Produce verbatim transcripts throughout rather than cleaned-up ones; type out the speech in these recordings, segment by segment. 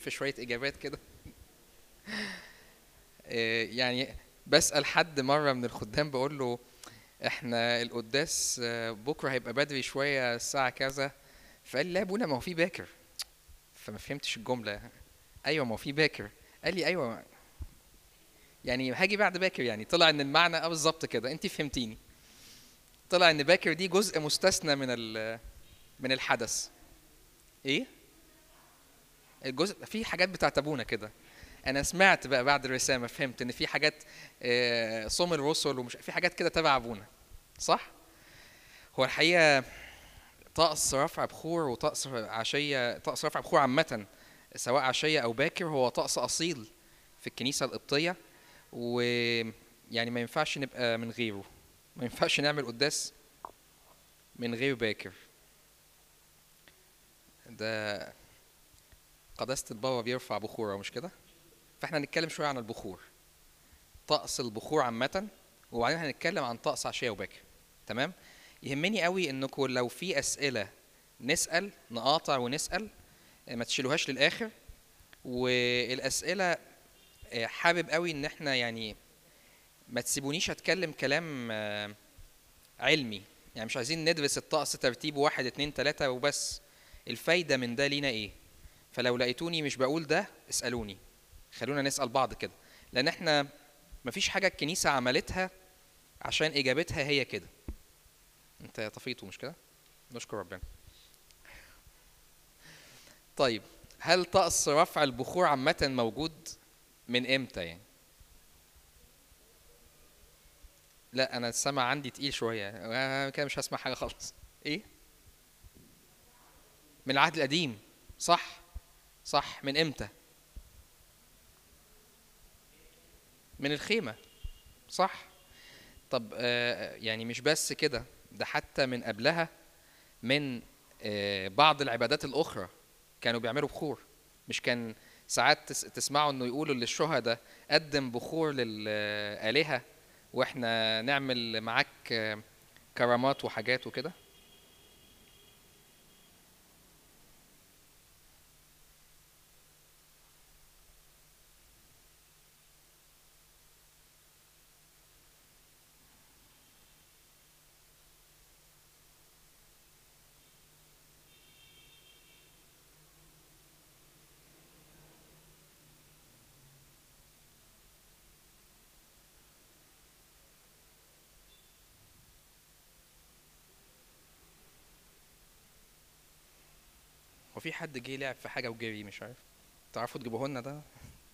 في شويه اجابات كده. آه، يعني بسأل حد مرة من الخدام بقول له احنا القداس آه، بكرة هيبقى بدري شوية الساعة كذا، فقال لي لا يا ابونا ما هو في باكر. فما فهمتش الجملة. ايوه ما هو في باكر. قال لي ايوه يعني هاجي بعد باكر، يعني طلع ان المعنى اه بالظبط كده، انت فهمتيني. طلع ان باكر دي جزء مستثنى من ال- من الحدث. ايه الجزء في حاجات بتاعت ابونا كده. انا سمعت بقى بعد الرسامة فهمت ان في حاجات آه، صوم الرسل ومش في حاجات كده تبع ابونا. صح. هو الحقيقة طقس رفع بخور وطقس عشية، طقس رفع بخور عامة سواء عشية أو باكر هو طقس أصيل في الكنيسة القبطية، ويعني ما ينفعش نبقى من غيره. ما ينفعش نعمل قداس من غير باكر. ده قداسة البابا بيرفع بخوره مش كده؟ فاحنا هنتكلم شوية عن البخور، طقس البخور عامة، وبعدين هنتكلم عن طقس عشية وباكر. تمام؟ يهمني قوي انكم لو في اسئلة نسأل، نقاطع ونسأل، ما تشيلوهاش للآخر. والأسئلة آه، حابب قوي ان احنا يعني ما تسيبونيش اتكلم كلام آه، علمي. يعني مش عايزين ندرس الطقس ترتيب واحد اتنين تلاتة وبس. الفايدة من ده لينا ايه؟ فلو لقيتوني مش بقول ده اسألوني، خلونا نسأل بعض كده، لان احنا مفيش حاجة الكنيسة عملتها عشان اجابتها هي كده. انت طفيته مش كده؟ نشكر ربنا. طيب، هل طقس رفع البخور عامة موجود من امتى يعني؟ لا انا السمع عندي تقيل شويه، أنا كده مش هسمع حاجه خالص. ايه؟ من العهد القديم. صح. صح، من امتى؟ من الخيمه. صح. طب آه يعني مش بس كده، ده حتى من قبلها، من آه بعض العبادات الاخرى كانوا بيعملوا بخور. مش كان ساعات تس- تسمعوا انه يقولوا للشهداء قدم بخور للآلهة واحنا نعمل معاك آه، كرامات وحاجات وكده. وفي حد جه لعب في حاجة وجري مش عارف، تعرفوا تجيبوه لنا ده؟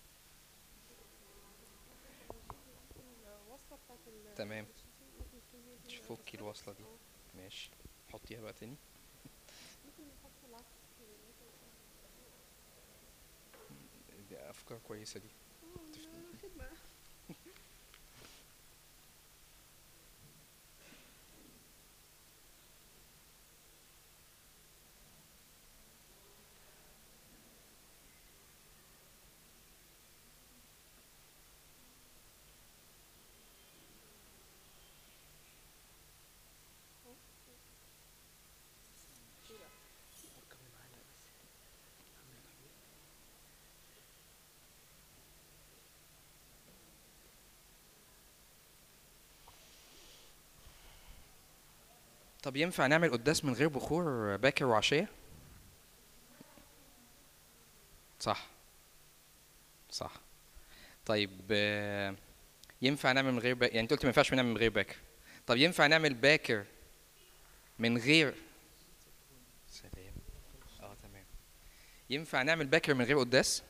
الوصفة بتاعت تمام. الشيشي ممكن تكون هي دي فكي الوصفة. الوصلة دي. اه ماشي. حطيها بقى تاني. ممكن نحط العكس يعني مثلا. دي أفكار كويسة دي. اه تف- لا، خدمة. اه ايه بقى؟ طب ينفع نعمل قداس من غير بخور باكر وعشية؟ صح. صح. طيب آه، ينفع نعمل من غير باكر؟ يعني انت قلت ما ينفعش نعمل من غير باكر. طب ينفع نعمل باكر من غير سلام؟ اه تمام. ينفع نعمل باكر من غير قداس؟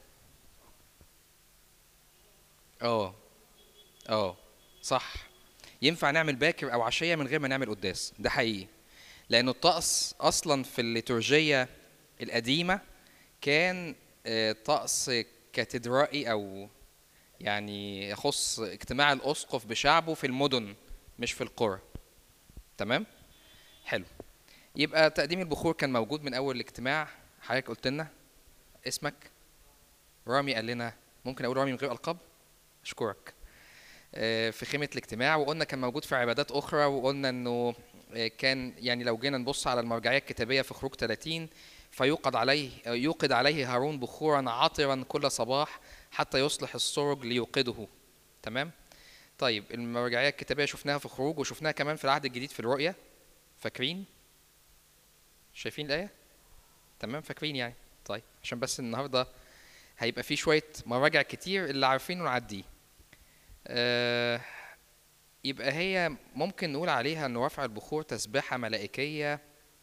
اه. اه. صح. ينفع نعمل باكر او عشية من غير ما نعمل قداس، ده حقيقي. لأنه الطقس أصلا في الليتورجية القديمة كان آه، طقس كاتدرائي، أو يعني يخص اجتماع الأسقف بشعبه في المدن مش في القرى. تمام. حلو. يبقى تقديم البخور كان موجود من أول الاجتماع. حضرتك قلت لنا اسمك؟ رامي قال لنا. ممكن أقول رامي من غير ألقاب؟ أشكرك. آه، في خيمة الاجتماع، وقلنا كان موجود في عبادات أخرى، وقلنا إنه آه، كان يعني لو جينا نبص على المرجعية الكتابية في خروج ثلاثين فيوقد عليه يوقد عليه هارون بخورا عطرا كل صباح حتى يصلح السرج ليوقده. تمام. طيب المرجعيه الكتابيه شفناها في الخروج وشفناها كمان في العهد الجديد في الرؤيا. فاكرين؟ شايفين الايه؟ تمام فاكرين يعني. طيب عشان بس النهارده هيبقى في شويه مراجع كتير اللي عارفينه نعديه. آه يبقى هي ممكن نقول عليها ان رفع البخور تسبيحه ملائكيه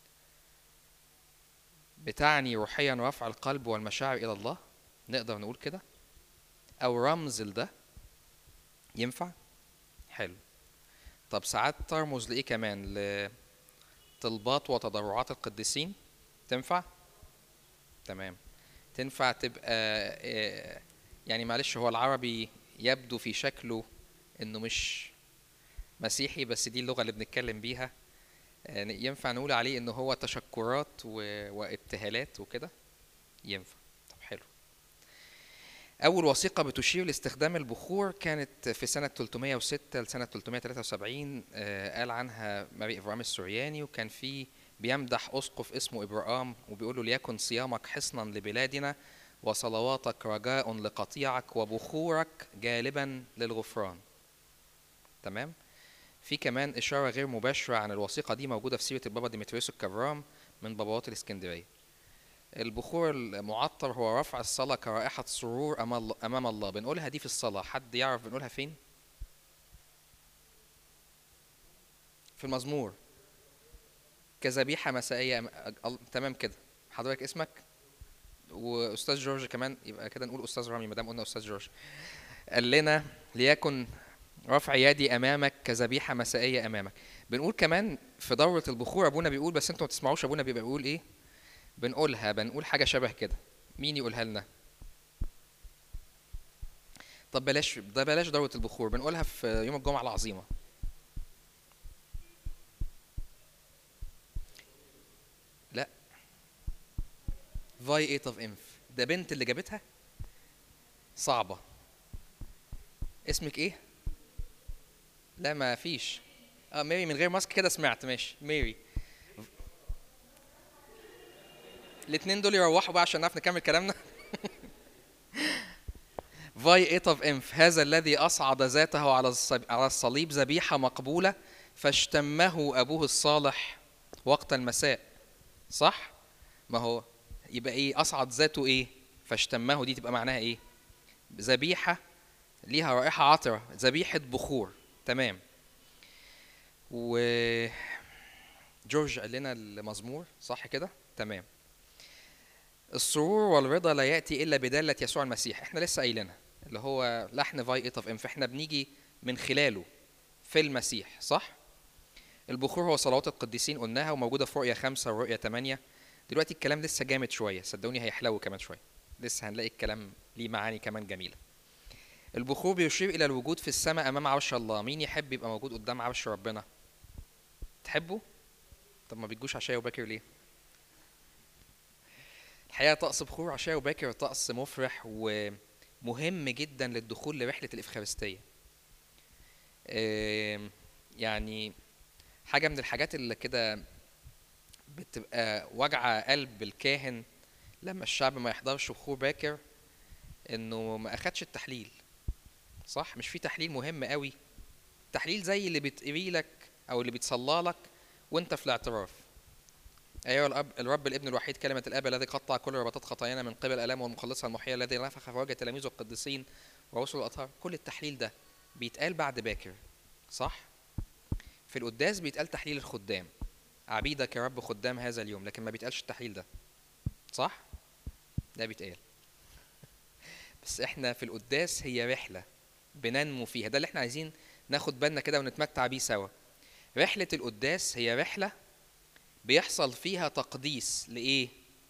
بتعني روحيا رفع القلب والمشاعر الى الله، نقدر نقول كده، او رمز لده. ينفع؟ حلو. طب ساعات ترمز لايه كمان؟ لطلبات وتضرعات القديسين. تنفع؟ تمام. تنفع تبقى آه، يعني معلش هو العربي يبدو في شكله انه مش مسيحي بس دي اللغة اللي بنتكلم بيها. آه، ينفع نقول عليه انه هو تشكرات و- وابتهالات وكده. ينفع. طب حلو. أول وثيقة بتشير لاستخدام البخور كانت في سنة ثلاثمائة وستة لسنة ثلاثمائة وثلاثة وسبعين. آه، قال عنها ماري إبراهام السورياني، وكان في بيمدح أسقف اسمه إبراهام وبيقول له: ليكن صيامك حصنا لبلادنا وصلواتك رجاء لقطيعك وبخورك جالبا للغفران. تمام. في كمان إشارة غير مباشرة عن الوثيقة دي موجودة في سيرة البابا ديمتريوس الكرام من بابوات الإسكندرية. البخور المعطر هو رفع الصلاة كرائحة سرور أمام الله. بنقولها دي في الصلاة، حد يعرف بنقولها فين؟ في المزمور كذبيحة مسائية. أم- تمام كده. حضرتك اسمك؟ وأستاذ جورج كمان، يبقى كده نقول أستاذ رامي مدام قلنا أستاذ جورج. قال لنا: ليكن رفع يدي أمامك كذبيحة مسائية أمامك. بنقول كمان في دورة البخور أبونا بيقول، بس أنتوا ما تسمعوش أبونا بيبقى بيقول إيه. بنقولها بنقول حاجة شبه كده. مين يقولها لنا؟ طب بلاش ده، بلاش دورة البخور، بنقولها في يوم الجمعة العظيمة. لا، فاي ايت اوف انف. ده بنت اللي جابتها صعبة. اسمك ايه؟ لا ما فيش. اه ميري من غير ماسك كده سمعت. ماشي ميري. الاتنين دول يروحوا بقى عشان نعرف نكمل كلامنا. فاي ايت اوف انف، هذا الذي اصعد ذاته على الصب- على الصليب ذبيحة مقبولة فاشتمه ابوه الصالح وقت المساء. صح؟ ما هو يبقى ايه اصعد ذاته؟ ايه فاشتمه دي تبقى معناها ايه؟ ذبيحة ليها رائحة عطرة، ذبيحة بخور. تمام. وجورج قال لنا المزمور صح كده. تمام. السرور والرضا لا يأتي إلا بدالة يسوع المسيح، احنا لسه قايلينها، اللي هو لحن فاي ايت اوف ام، فاحنا بنيجي من خلاله في المسيح. صح. البخور هو صلوات القديسين قلناها وموجودة في رؤية خمسة ورؤية ثمانية. دلوقتي الكلام لسه جامد شوية، صدقوني هيحلو كمان شوية، لسه هنلاقي الكلام ليه معاني كمان جميلة. البخور بيشير إلى الوجود في السماء أمام عرش الله. مين يحب يبقى موجود قدام عرش ربنا؟ تحبوا؟ طب ما بتجوش عشاء وباكر ليه؟ الحقيقة طقس بخور عشاء وباكر طقس مفرح ومهم جدا للدخول لرحلة الإفخارستية. آم، يعني حاجة من الحاجات اللي كده بتبقى وجع قلب الكاهن لما الشعب ما يحضرش بخور باكر، انه ما اخدش التحليل. صح؟ مش في تحليل مهم قوي؟ تحليل زي اللي بيتقري لك او اللي بيتصلى لك وانت في الاعتراف: أيها الأب الرب الابن الوحيد كلمة الآب الذي قطع كل رباطات خطايانا من قبل آلامه والمخلصها المحيي الذي نفخ في وجه تلاميذه القديسين ورسل الأطهار. كل التحليل ده بيتقال بعد باكر. صح؟ في القداس بيتقال تحليل الخدام: عبيدك يا رب خدام هذا اليوم، لكن ما بيتقالش التحليل ده. صح؟ ده بيتقال. بس احنا في القداس هي رحلة بننمو فيها، ده اللي احنا عايزين ناخد بالنا كده ونتمتع بيه سوا. رحلة القداس هي رحلة بيحصل فيها تقديس لإيه؟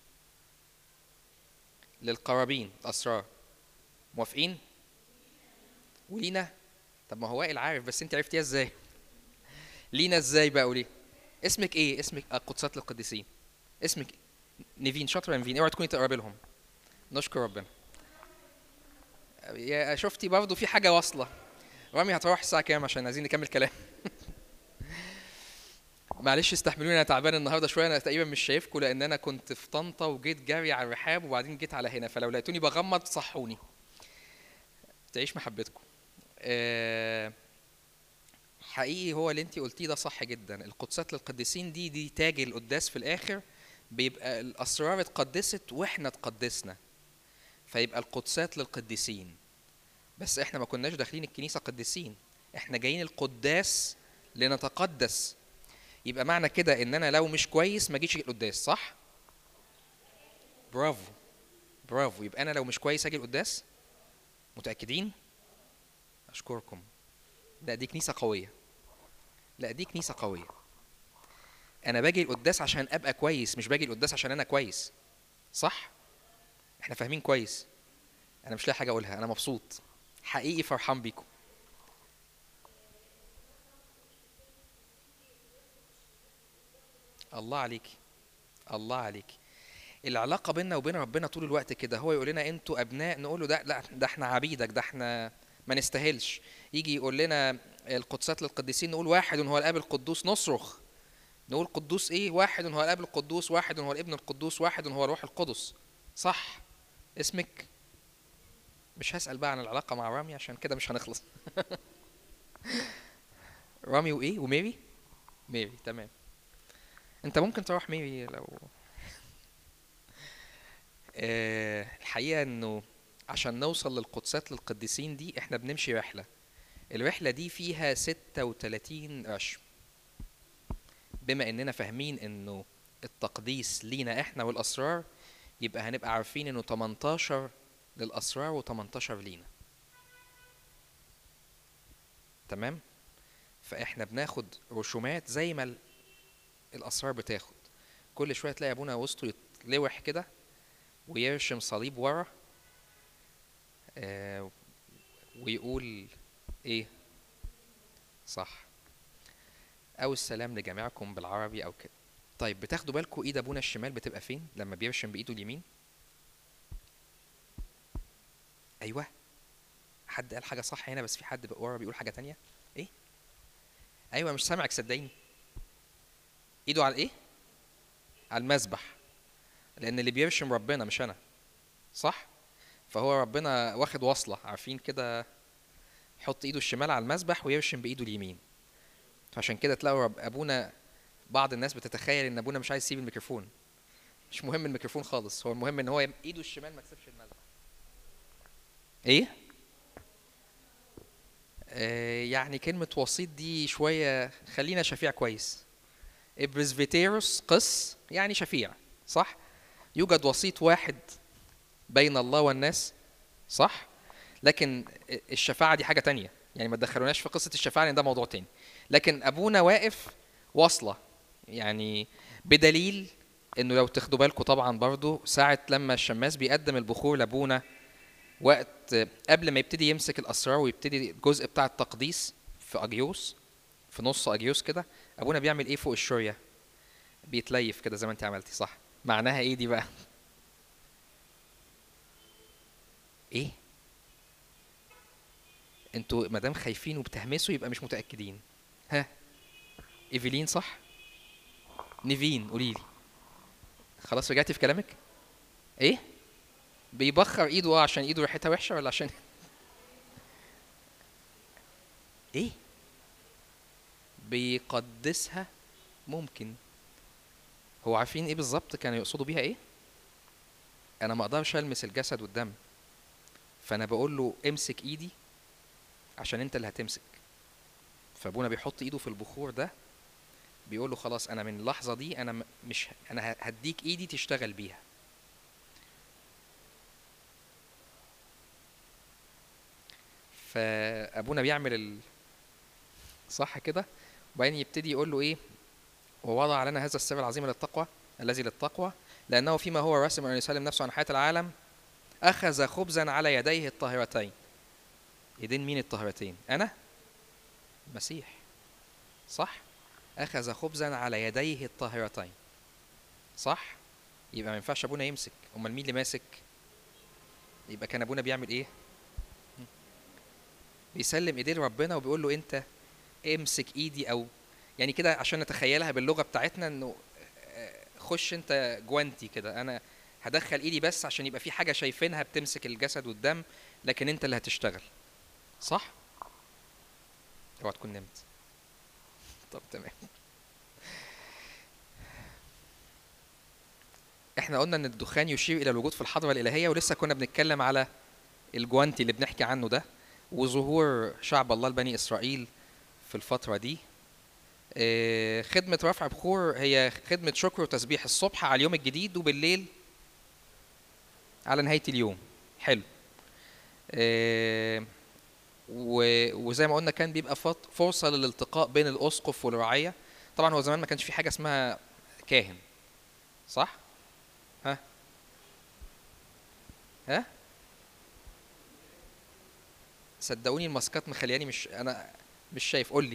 للقرابين الأسرار. موافقين؟ ولينا؟ طب ما هو وائل عارف، بس انت عرفتيها ازاي؟ لينا ازاي بقى؟ قولي. اسمك ايه؟ اسمك آه، قدسات للقديسين. اسمك نيفين. شاطره يا نيفين، اوعي تكوني تقربي لهم. نشكر ربنا. يا شفتي برضه في حاجه واصله. رامي هتروح الساعه كام عشان عايزين نكمل كلام؟ معلش استحملوني، انا تعبان النهارده شويه، انا تقريبا مش شايفكم لان انا كنت في طنطا وجيت جري على الرحاب وبعدين جيت على هنا، فلو لقيتوني بغمض صحوني. تعيش محبتكم. أه حقيقي هو اللي انت قلتيه ده صح جدا. القدسات للقديسين دي دي تاج القداس في الاخر، بيبقى الاسرار اتقدست واحنا اتقدسنا، فيبقى القدسات للقديسين. بس احنا ما كناش داخلين الكنيسه قديسين، احنا جايين القداس لنتقدس. يبقى معنى كده ان انا لو مش كويس ما اجيش القداس، صح؟ برافو برافو. يبقى انا لو مش كويس اجي القداس. متاكدين؟ اشكركم. لا دي كنيسه قويه، لا دي كنيسه قويه. انا باجي القداس عشان ابقى كويس، مش باجي القداس عشان انا كويس، صح؟ احنا فاهمين كويس. انا مش لاقي حاجه اقولها، انا مبسوط حقيقي، فرحان بيكم. الله عليكي، الله عليكي. العلاقه بيننا وبين ربنا طول الوقت كده، هو يقول لنا انتوا ابناء، نقول له ده لا، ده احنا عبيدك، ده احنا ما نستاهلش. يجي يقول لنا القدسات للقديسين، نقول واحد هو الاب القدوس، نصرخ نقول قدوس ايه؟ واحد هو الاب القدوس، واحد هو الابن القدوس، واحد هو الروح القدس، صح؟ اسمك؟ مش هسأل بقى عن العلاقة مع رامي عشان كده مش هنخلص. رامي وايه وميري؟ ميري، تمام. انت ممكن تروح ميري لو آه الحقيقة انه عشان نوصل للقدسات للقديسين دي احنا بنمشي رحلة. الرحلة دي فيها ستة وتلاتين رشم. بما اننا فاهمين انه التقديس لينا احنا والاسرار، يبقى هنبقى عارفين انه تمنتاشر للاسرار و18 لينا، تمام؟ فاحنا بناخد رسومات زي ما ال- الاسرار بتاخد. كل شويه تلاقي ابونا وسطه يتلوح كده ويرشم صليب ورا، آه ويقول ايه؟ صح. او السلام لجميعكم بالعربي او كده. طيب بتاخدوا بالكم ايد ابونا الشمال بتبقى فين لما بيرشم بايده اليمين؟ ايوه. حد قال حاجه صح هنا، بس في حد بقى ورا بيقول حاجه تانية. ايه؟ ايوه مش سامعك صدقيني. ايده على ايه؟ على المذبح، لان اللي بيرشم ربنا مش انا، صح؟ فهو ربنا واخد وصله، عارفين كده، يحط ايده الشمال على المذبح ويرشم بايده اليمين. فعشان كده تلاقوا رب ابونا، بعض الناس بتتخيل ان ابونا مش عايز يسيب الميكروفون. مش مهم الميكروفون خالص، هو المهم ان هو ايده الشمال ما تسيبش المذبح. ايه؟ آه يعني كلمة وسيط دي شوية، خلينا شفيع كويس. بريسبيتيروس قس يعني شفيع، صح؟ يوجد وسيط واحد بين الله والناس، صح؟ لكن الشفاعة دي حاجة تانية، يعني ما تدخلوناش في قصة الشفاعة لأن ده موضوع تاني. لكن أبونا واقف واصلة، يعني بدليل إنه لو تاخدوا بالكم طبعا برضو ساعة لما الشماس بيقدم البخور لأبونا، وقت قبل ما يبتدي يمسك الأسرار ويبتدي الجزء بتاع التقديس في أجيوس، في نص أجيوس كده، أبونا بيعمل إيه فوق الشورية؟ بيتليف كده زي ما أنت عملتي، صح؟ معناها إيه دي بقى؟ إيه؟ انتوا مادام خايفين وبتهمسوا يبقى مش متأكدين. ها؟ ايفلين صح؟ نيفين قوليلي. خلاص رجعتي في كلامك؟ ايه؟ بيبخر ايده اه عشان ايده ريحتها وحشة ولا عشان ايه؟ بيقدسها؟ ممكن. هو عارفين ايه بالظبط كانوا يقصدوا بيها ايه؟ انا ما اقدرش المس الجسد والدم، فانا بقول له امسك ايدي عشان انت اللي هتمسك. فابونا بيحط ايده في البخور ده، بيقول له خلاص انا من اللحظة دي انا م- مش انا ه- هديك ايدي تشتغل بيها. فابونا بيعمل ال... صح كده، وبعدين يبتدي يقول له ايه؟ ووضع لنا هذا السر العظيم للتقوى، الذي للتقوى، لانه فيما هو راسم ان يسلم نفسه عن حياة العالم اخذ خبزا على يديه الطاهرتين. ايدين مين الطاهرتين؟ انا؟ مسيح، صح؟ اخذ خبزا على يديه الطاهرتين، صح؟ يبقى ما ينفعش ابونا يمسك، امال مين اللي ماسك؟ يبقى كان ابونا بيعمل ايه؟ بيسلم ايدين ربنا وبيقول له انت امسك ايدي، او يعني كده عشان نتخيلها باللغه بتاعتنا، انه آه، خش انت جوانتي كده، انا هدخل ايدي بس عشان يبقى في حاجه شايفينها بتمسك الجسد والدم، لكن انت اللي هتشتغل. صح؟ اوعى تكون نمت. طب تمام. احنا قلنا ان الدخان يشير الى الوجود في الحضره الالهيه، ولسه كنا بنتكلم على الجوانتي اللي بنحكي عنه ده، وظهور شعب الله لبني اسرائيل في الفتره دي. آه، خدمه رفع بخور هي خدمه شكر وتسبيح الصبح على اليوم الجديد، وبالليل على نهايه اليوم. حلو. آه، و- وزي ما قلنا كان بيبقى فط- فرصه للالتقاء بين الاسقف والرعيه. طبعا هو زمان ما كانش في حاجه اسمها كاهن، صح؟ ها ها صدقوني الماسكات مخلياني مش انا مش شايف. قول لي.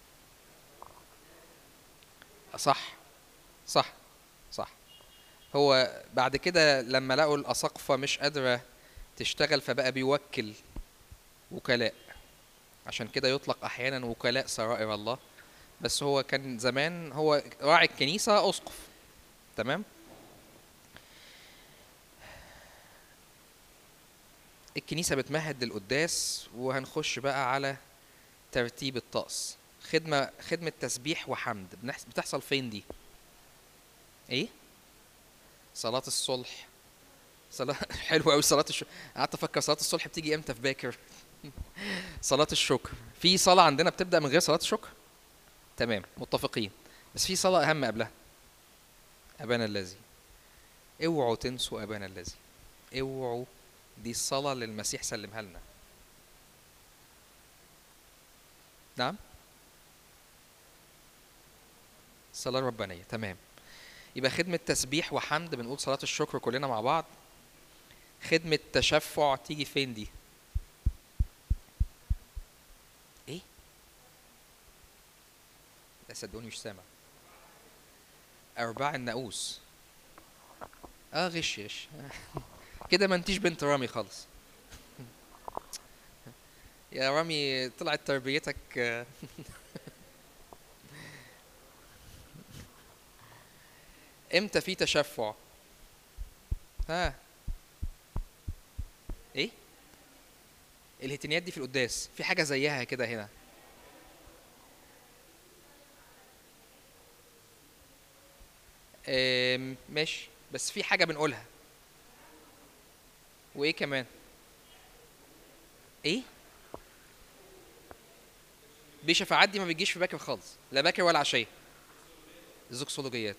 صح صح صح. هو بعد كده لما لقوا الاساقفه مش قادره تشتغل، فبقى بيوكل وكلاء. عشان كده يطلق احيانا وكلاء سرائر الله. بس هو كان زمان هو راعي الكنيسه اسقف. تمام. الكنيسه بتمهد للقداس، وهنخش بقى على ترتيب الطقس. خدمه خدمه تسبيح وحمد بنحس- بتحصل فين دي؟ ايه؟ صلاه الصلح. صلاة حلوة أوي صلاة الشكر. قعدت أفكر صلاة الصلح بتيجي إمتى في باكر؟ صلاة الشكر. في صلاة عندنا بتبدأ من غير صلاة الشكر؟ تمام، متفقين. بس في صلاة أهم قبلها. أبانا الذي. اوعوا تنسوا أبانا الذي. اوعوا. دي الصلاة اللي المسيح سلمها لنا. نعم؟ الصلاة الربانية. تمام. يبقى خدمة تسبيح وحمد بنقول صلاة الشكر كلنا مع بعض. خدمة تشفع تيجي فين دي؟ إيه؟ لا صدقوني مش سامع. أرباع الناقوس. اه غش غش. كده ما انتيش بنت رامي خالص. يا رامي طلعت تربيتك آه، امتى في تشفع؟ ها؟ ايه؟ الهتنيات دي في القداس في حاجة زيها كده هنا. آم، ماشي، بس في حاجة بنقولها. وايه كمان؟ ايه؟ بشفاعات دي ما بتجيش في باكر خالص، لا باكر ولا عشية. الزوكسولوجيات.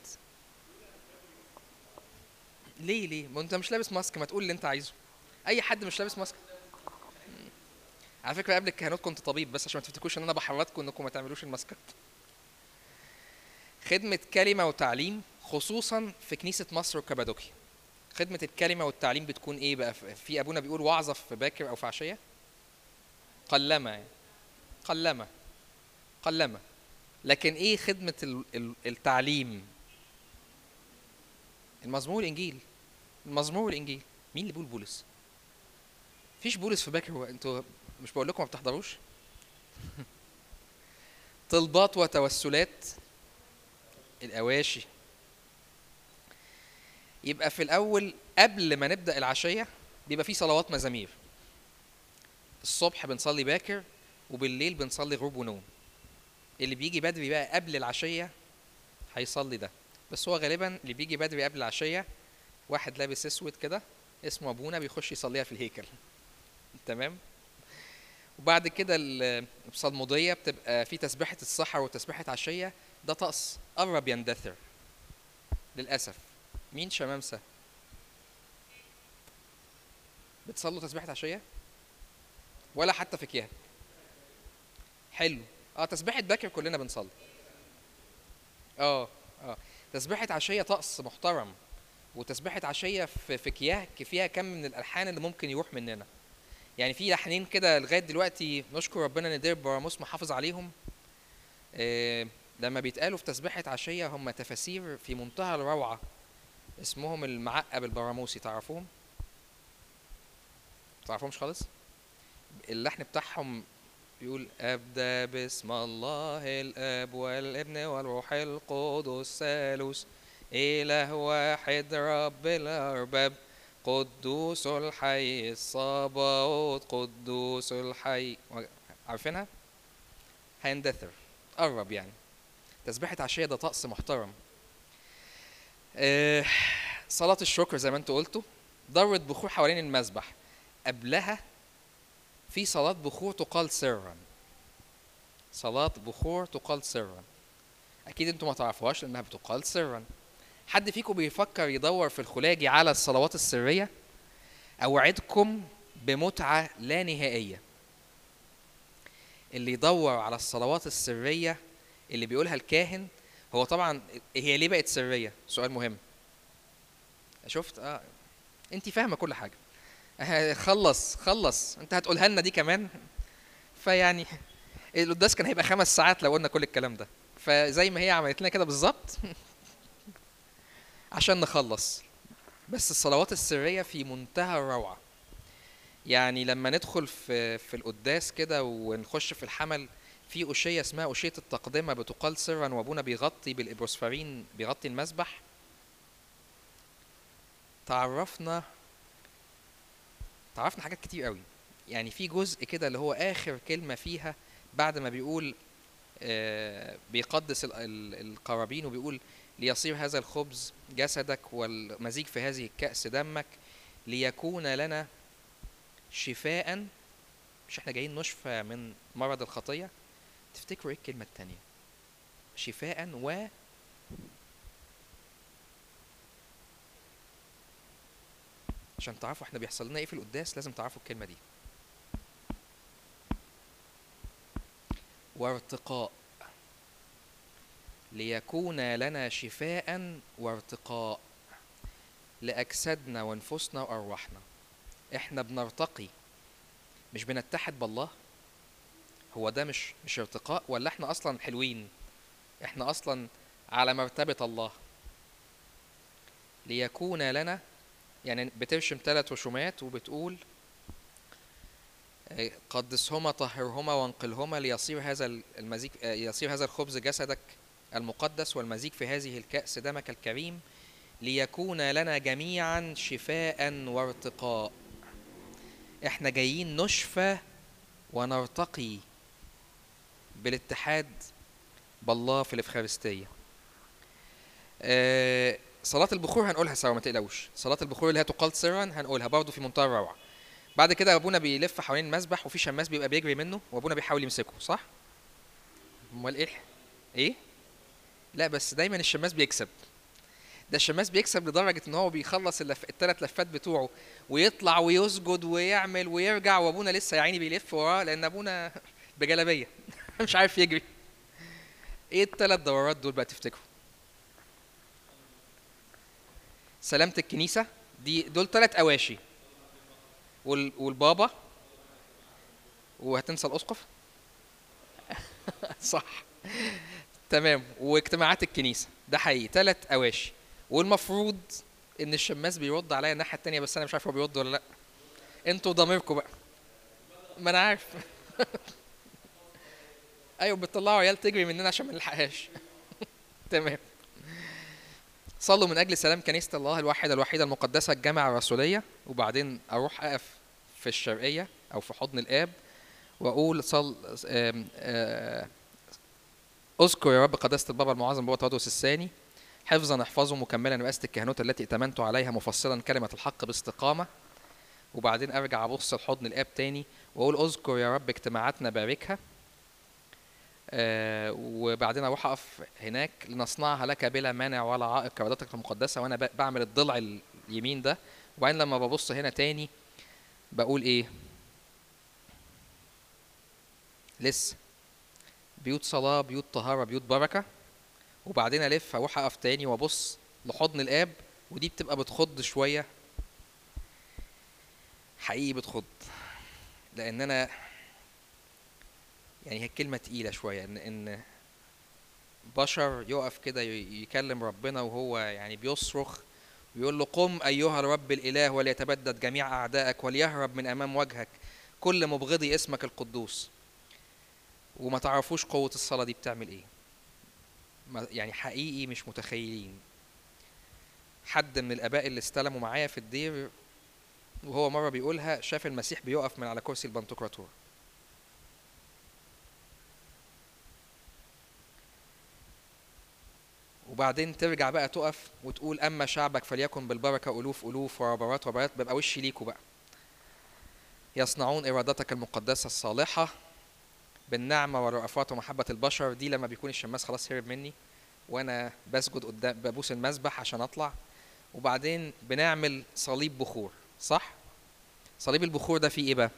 ليه ليه؟ ما انت مش لابس ماسك، ما تقول اللي انت عايزه. اي حد مش لابس ماسك. على فكرة قبل الكهنوت كنت طبيب، بس عشان ما تفتكروش ان انا بحرضكم انكم ما تعملوش الماسكات. خدمة كلمة وتعليم خصوصا في كنيسة مصر وكابادوكيا. خدمة الكلمة والتعليم بتكون ايه بقى؟ في ابونا بيقول وعظة في باكر او في عشية؟ قلما يعني. قلما. قلما. لكن ايه خدمة ال- ال- التعليم؟ المزمور الانجيل. المزمور الانجيل. مين اللي بيقول بولس؟ فيش بولس في باكر. هو انتوا مش بقول لكم ما بتحضروش؟ طلبات وتوسلات. الاواشي. يبقى في الاول قبل ما نبدا العشيه بيبقى في صلوات مزامير. الصبح بنصلي باكر، وبالليل بنصلي غروب ونوم. اللي بيجي بدري بقى قبل العشيه هيصلي ده. بس هو غالبا اللي بيجي بدري قبل العشيه واحد لابس اسود كده اسمه ابونا بيخش يصليها في الهيكل. تمام. وبعد كده ال- الصلموديه بتبقى في تسبيحه السحر وتسبيحه عشيه. ده طقس قرب يندثر للاسف. مين شمامسه بتصلوا تسبيحه عشيه؟ ولا حتى في كيان؟ حلو. اه تسبيحه باكر كلنا بنصلي. اه اه تسبيحه عشيه طقس محترم. وتسبيحه عشيه في في كياه فيها كم من الالحان اللي ممكن يروح مننا. يعني في لحنين كده لغايه دلوقتي نشكر ربنا ان دير براموس محافظ عليهم. آه لما بيتقالوا في تسبيحه عشيه هم تفاسير في منتهى الروعه. اسمهم المعقب البراموسي. تعرفوهم؟ تعرفوهمش خالص؟ اللحن بتاعهم بيقول أبدأ باسم الله الآب والابن والروح القدس ثالوث إله واحد رب الأرباب قدوس الحي الصباوت قدوس الحي. عارفينها؟ هيندثر قرب يعني. تسبيحة عشية ده طقس محترم. آه، صلاة الشكر زي ما انتوا قلتوا، ضرة بخور حوالين المذبح. قبلها في صلاة بخور تقال سرا. صلاة بخور تقال سرا. أكيد انتوا ما تعرفوهاش لأنها بتقال سرا. حد فيكم بيفكر يدور في الخلاجي على الصلوات السرية؟ أوعدكم بمتعة لا نهائية. اللي يدور على الصلوات السرية اللي بيقولها الكاهن، هو طبعا هي ليه بقت سرية؟ سؤال مهم. شفت؟ اه انت فاهمة كل حاجة. آه، خلص خلص انت هتقولها لنا دي كمان. فيعني القداس كان هيبقى خمس ساعات لو قلنا كل الكلام ده. فزي ما هي عملت لنا كده بالظبط عشان نخلص. بس الصلوات السرية في منتهى الروعة. يعني لما ندخل في في القداس كده ونخش في الحمل، في أشية اسمها أشية التقدمة بتقال سرا، وابونا بيغطي بالإبروسفرين بيغطي المسبح. تعرفنا تعرفنا حاجات كتير قوي. يعني في جزء كده اللي هو آخر كلمة فيها بعد ما بيقول آه، بيقدس ال- ال- القرابين، وبيقول ليصير هذا الخبز جسدك والمزيج في هذه الكأس دمك ليكون لنا شفاء. مش احنا جايين نشفى من مرض الخطية؟ تفتكروا ايه الكلمة التانية؟ شفاء و عشان تعرفوا احنا بيحصل لنا ايه في القداس لازم تعرفوا الكلمة دي. وارتقاء. ليكون لنا شفاء وارتقاء لأجسادنا وانفسنا وأرواحنا. احنا بنرتقي مش بنتحد بالله. هو ده مش مش ارتقاء؟ ولا احنا اصلا حلوين؟ احنا اصلا على مرتبة الله. ليكون لنا، يعني بترشم ثلاث رسومات وبتقول آه، قدسهما طهرهما وانقلهما ليصير هذا المزيج آه، يصير هذا الخبز جسدك المقدس والمزيج في هذه الكأس دمك الكريم ليكون لنا جميعا شفاء وارتقاء. احنا جايين نشفى ونرتقي بالاتحاد بالله في الإفخارستية. آه، صلاة البخور هنقولها سوا ما تقلقوش. صلاة البخور اللي هي تقال سرا هنقولها برضه في منتهى الروعة. بعد كده ابونا بيلف حوالين المسبح وفي شماس بيبقى بيجري منه وابونا بيحاول يمسكه، صح؟ امال ايه؟ ايه؟ لا بس دايما الشماس بيكسب. ده الشماس بيكسب لدرجة ان هو بيخلص اللف... الثلاث لفات بتوعه ويطلع ويسجد ويعمل ويرجع، وابونا لسه يا عيني بيلف وراه لان ابونا بجلابية مش عارف يجري. ايه الثلاث دورات دول بقى تفتكروا؟ سلامة الكنيسة دي دول ثلاث اواشي، وال... والبابا، وهتنسى الاسقف صح تمام، واجتماعات الكنيسة. ده حقيقي ثلاث اواشي. والمفروض ان الشماس بيرد عليا الناحية التانية، بس انا مش عارف هو بيرد ولا لا. انتوا ضميركم بقى. ما انا عارف ايوه بتطلعوا عيال تجري مننا عشان ما نلحقهاش تمام. صلوا من اجل سلام كنيسة الله الواحدة الوحيدة المقدسة الجامعة الرسولية. وبعدين اروح اقف في الشرقية او في حضن الاب واقول صل آم، آه، اذكر يا رب قداسة البابا المعظم بابا تودروس الثاني حفظا احفظه مكملا رئاسة الكهنوت التي ائتمنت عليها مفصلا كلمة الحق باستقامة. وبعدين ارجع ابص لحضن الاب تاني واقول اذكر يا رب اجتماعاتنا باركها. آه وبعدين اروح اقف هناك لنصنعها لك بلا مانع ولا عائق كرادتك المقدسة، وانا ب- بعمل الضلع اليمين ده. وبعدين لما ببص هنا تاني بقول ايه؟ لسه بيوت صلاة بيوت طهارة بيوت بركة. وبعدين الف اروح اقف تاني وابص لحضن الاب، ودي بتبقى بتخض شوية. حقيقي بتخض لان انا يعني هي الكلمة تقيلة شوية ان ان بشر يقف كده ي- يكلم ربنا وهو يعني بيصرخ ويقول له قم ايها الرب الاله وليتبدد جميع اعدائك وليهرب من امام وجهك كل مبغضي اسمك القدوس. وما تعرفوش قوة الصلاة دي بتعمل ايه. ما- يعني حقيقي مش متخيلين. حد من الآباء اللي استلموا معايا في الدير وهو مرة بيقولها شاف المسيح بيقف من على كرسي البنتوكراتور. وبعدين ترجع بقى تقف وتقول أما شعبك فليكن بالبركة ألوف ألوف وربرات ربرات، ببقى وشي ليكوا بقى. يصنعون إرادتك المقدسة الصالحة بالنعمة والرأفات ومحبة البشر. دي لما بيكون الشماس خلاص هرب مني وأنا بسجد قدام ببوس المسبح عشان أطلع. وبعدين بنعمل صليب بخور، صح؟ صليب البخور ده فيه إيه بقى؟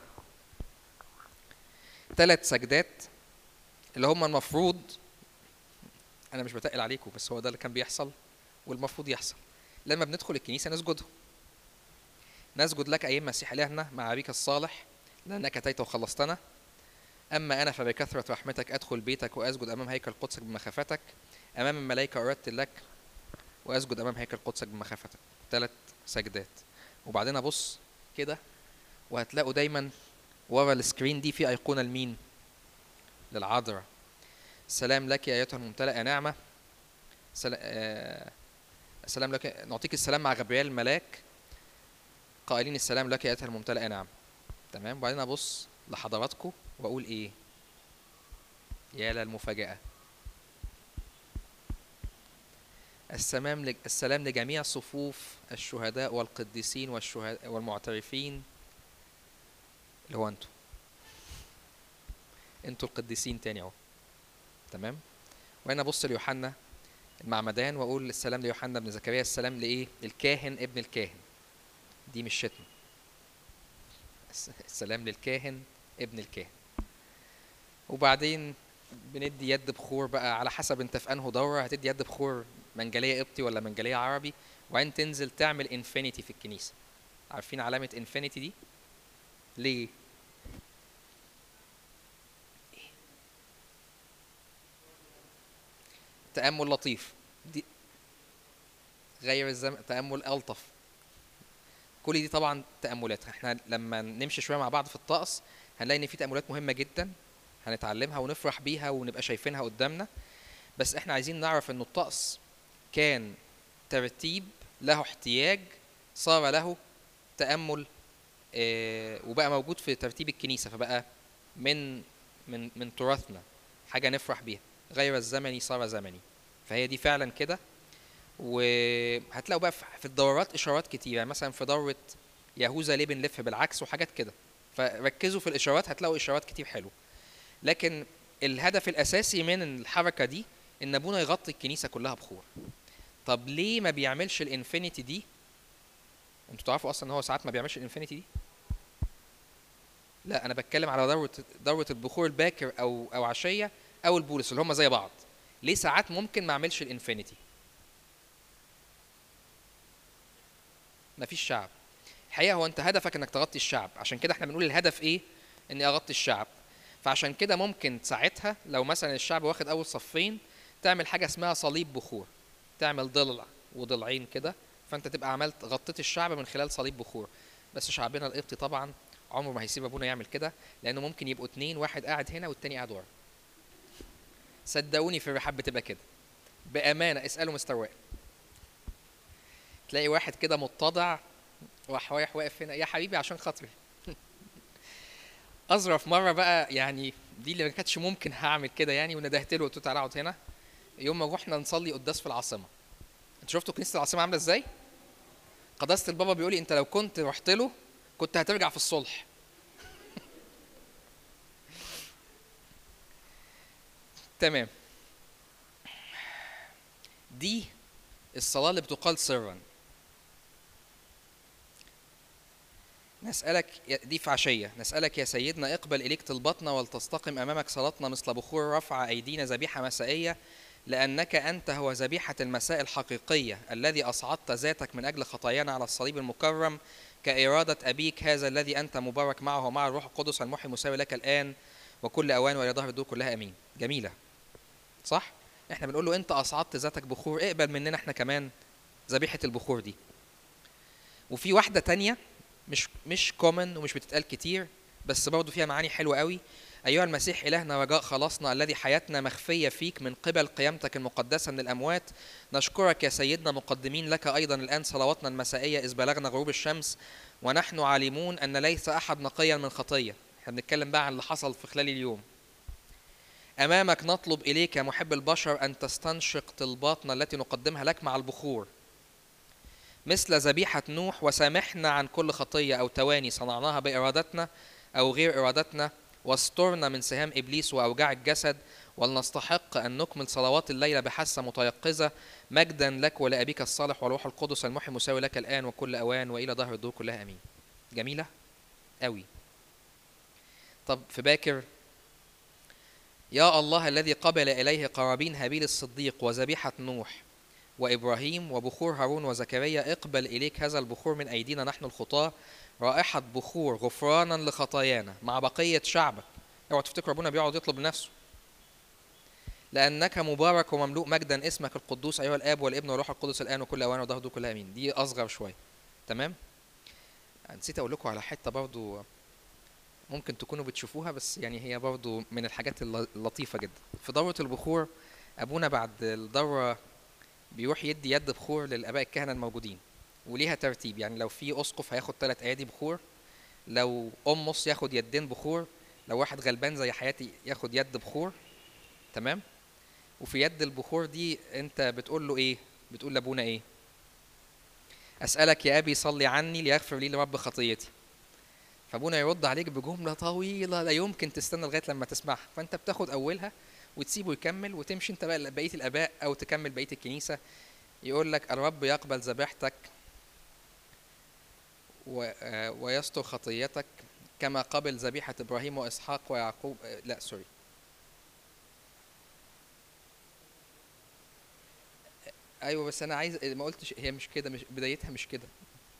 ثلاث سجدات اللي هم المفروض، أنا مش بتقل عليكم بس هو ده اللي كان بيحصل والمفروض يحصل لما بندخل الكنيسة نسجدهم. نسجد لك أيها المسيح إلهنا مع أبيك الصالح لأنك أتيت وخلصتنا. أما أنا فبكثرة رحمتك أدخل بيتك وأسجد أمام هيكل قدسك بمخافتك. أمام الملائكة أردت لك وأسجد أمام هيكل قدسك بمخافتك. ثلاث سجدات. وبعدين أبص كده وهتلاقوا دايما ورا السكرين دي في أيقونة لمين؟ للعذراء. السلام لك يا أيتها الممتلئة نعمة. سلام, آه السلام لك، نعطيك السلام مع غبريال الملاك قائلين السلام لك يا أيتها الممتلئة نعمة. تمام. وبعدين أبص لحضراتكم وأقول إيه؟ يا للمفاجأة. السلام لج... السلام لجميع صفوف الشهداء والقديسين والشهداء والمعترفين اللي هو انتوا. انتوا القديسين تاني اهو. تمام. وانا ابص ليوحنا المعمدان واقول السلام ليوحنا ابن زكريا. السلام لايه؟ الكاهن ابن الكاهن. دي مش شتم. السلام للكاهن ابن الكاهن. وبعدين بندي يد بخور بقى على حسب انت في انهو دوره. هتدي يد بخور منجليه قبطي ولا منجليه عربي. وبعدين تنزل تعمل انفينيتي في الكنيسه. عارفين علامه انفينيتي دي ليه؟ تامل لطيف. دي غير الزمن، تامل الطف. كل دي طبعا تاملات. احنا لما نمشي شويه مع بعض في الطقس هنلاقي ان في تاملات مهمه جدا هنتعلمها ونفرح بيها ونبقى شايفينها قدامنا. بس احنا عايزين نعرف ان الطقس كان ترتيب له احتياج صار له تأمل، اه وبقى موجود في ترتيب الكنيسة فبقى من من من تراثنا حاجة نفرح بيها. غير الزمني صار زمني. فهي دي فعلا كده. وهتلاقوا بقى في الدورات إشارات كتير. يعني مثلا في دورة يهوذا ليه بنلف بالعكس وحاجات كده. فركزوا في الإشارات هتلاقوا إشارات كتير حلوة. لكن الهدف الأساسي من الحركة دي إن أبونا يغطي الكنيسة كلها بخور. طب ليه ما بيعملش الانفينيتي دي؟ انتوا تعرفوا اصلا ان هو ساعات ما بيعملش الانفينيتي دي؟ لا انا بتكلم على دوره دوره البخور الباكر او او عشيه او البولس اللي هم زي بعض. ليه ساعات ممكن ما اعملش الانفينيتي؟ ما فيش شعب. الحقيقه هو انت هدفك انك تغطي الشعب. عشان كده احنا بنقول الهدف ايه؟ اني اغطي الشعب. فعشان كده ممكن ساعتها لو مثلا الشعب واخد اول صفين تعمل حاجه اسمها صليب بخور. تعمل ضلع وضلعين كده فانت تبقى عملت غطيت الشعب من خلال صليب بخور. بس شعبنا القبطي طبعا عمره ما هيسيب ابونا يعمل كده لانه ممكن يبقوا اتنين، واحد قاعد هنا والتاني قاعد ورا. صدقوني في الرحاب بتبقى كده بامانه. اسالوا مستر وائل تلاقي واحد كده متضع راح رايح واقف هنا يا حبيبي عشان خاطري. اظرف مره بقى يعني دي اللي ما كانتش ممكن هعمل كده يعني وندهت له قلت له تعالى اقعد هنا. يوم ما رحنا نصلي قداس في العاصمه. انتوا شفتوا كنيسه العاصمه عامله ازاي؟ قداسه البابا بيقول لي انت لو كنت رحت له كنت هترجع في الصلح. تمام. دي الصلاه اللي بتقال سرا. نسألك دي في عشية. نسألك يا سيدنا اقبل إليك طلبتنا ولتستقم أمامك صلاتنا مثل بخور رفع أيدينا ذبيحة مسائية لأنك أنت هو ذبيحة المساء الحقيقية الذي أصعدت ذاتك من أجل خطايانا على الصليب المكرم كإرادة أبيك هذا الذي أنت مبارك معه ومع الروح القدس المحي مساوي لك الآن وكل أوان وإلى ظهر الدور كلها أمين. جميلة صح؟ إحنا بنقول له أنت أصعدت ذاتك بخور اقبل مننا إحنا كمان ذبيحة البخور دي. وفي واحدة تانية مش مش كومن ومش بتتقال كتير بس برضه فيها معاني حلوه قوي. أيها المسيح إلهنا رجاء خلاصنا الذي حياتنا مخفية فيك من قبل قيامتك المقدسة من الأموات، نشكرك يا سيدنا مقدمين لك أيضا الآن صلواتنا المسائية إذ بلغنا غروب الشمس، ونحن عالمون أن ليس أحد نقيا من خطية. احنا بنتكلم بقى عن اللي حصل في خلال اليوم. أمامك نطلب إليك يا محب البشر أن تستنشق طلباتنا التي نقدمها لك مع البخور مثل ذبيحة نوح، وسامحنا عن كل خطية أو تواني صنعناها بإرادتنا أو غير إرادتنا، واسترنا من سهام إبليس وأوجاع الجسد، ولنستحق أن نكمل صلوات الليلة بحاسة متيقظة، مجدا لك ولأبيك الصالح والروح القدس المحي مساوي لك الآن وكل أوان وإلى ظهر الدور كلها آمين. جميلة أوي. طب في باكر، يا الله الذي قبل إليه قرابين هابيل الصديق وذبيحة نوح وإبراهيم وبخور هارون وزكريا، اقبل إليك هذا البخور من أيدينا نحن الخطاة، رائحة بخور غفرانا لخطايانا مع بقية شعبك. اوعوا تفتكروا ابونا بيقعد يطلب لنفسه. لأنك مبارك ومملوء مجدا اسمك القدوس أيها الآب والابن والروح القدس الآن وكل أوان وظهر الدور كلها آمين. دي أصغر شوية. تمام؟ نسيت أقول لكم على حتة برضو ممكن تكونوا بتشوفوها، بس يعني هي برضو من الحاجات اللطيفة جدا. في دورة البخور أبونا بعد الدورة بيروح يدي يد بخور للآباء الكهنة الموجودين، وليها ترتيب. يعني لو في أسقف هياخد ثلاث أيادي بخور، لو أمص ياخد يدين بخور، لو واحد غلبان زي حياتي ياخد يد بخور. تمام؟ وفي يد البخور دي أنت بتقول له إيه؟ بتقول لأبونا إيه؟ أسألك يا أبي صلي عني ليغفر لي لرب خطيتي. فابونا يرد عليك بجمله طويله لا يمكن تستنى لغايه لما تسمعها، فانت بتاخد اولها وتسيبه يكمل وتمشي انت بقى بقيه الاباء او تكمل بقيه الكنيسه. يقول لك الرب يقبل ذبيحتك ويستر خطيتك كما قبل ذبيحه ابراهيم واسحاق ويعقوب. لا سوري، ايوه بس انا عايز ما قلتش هي مش كده، مش بدايتها مش كده.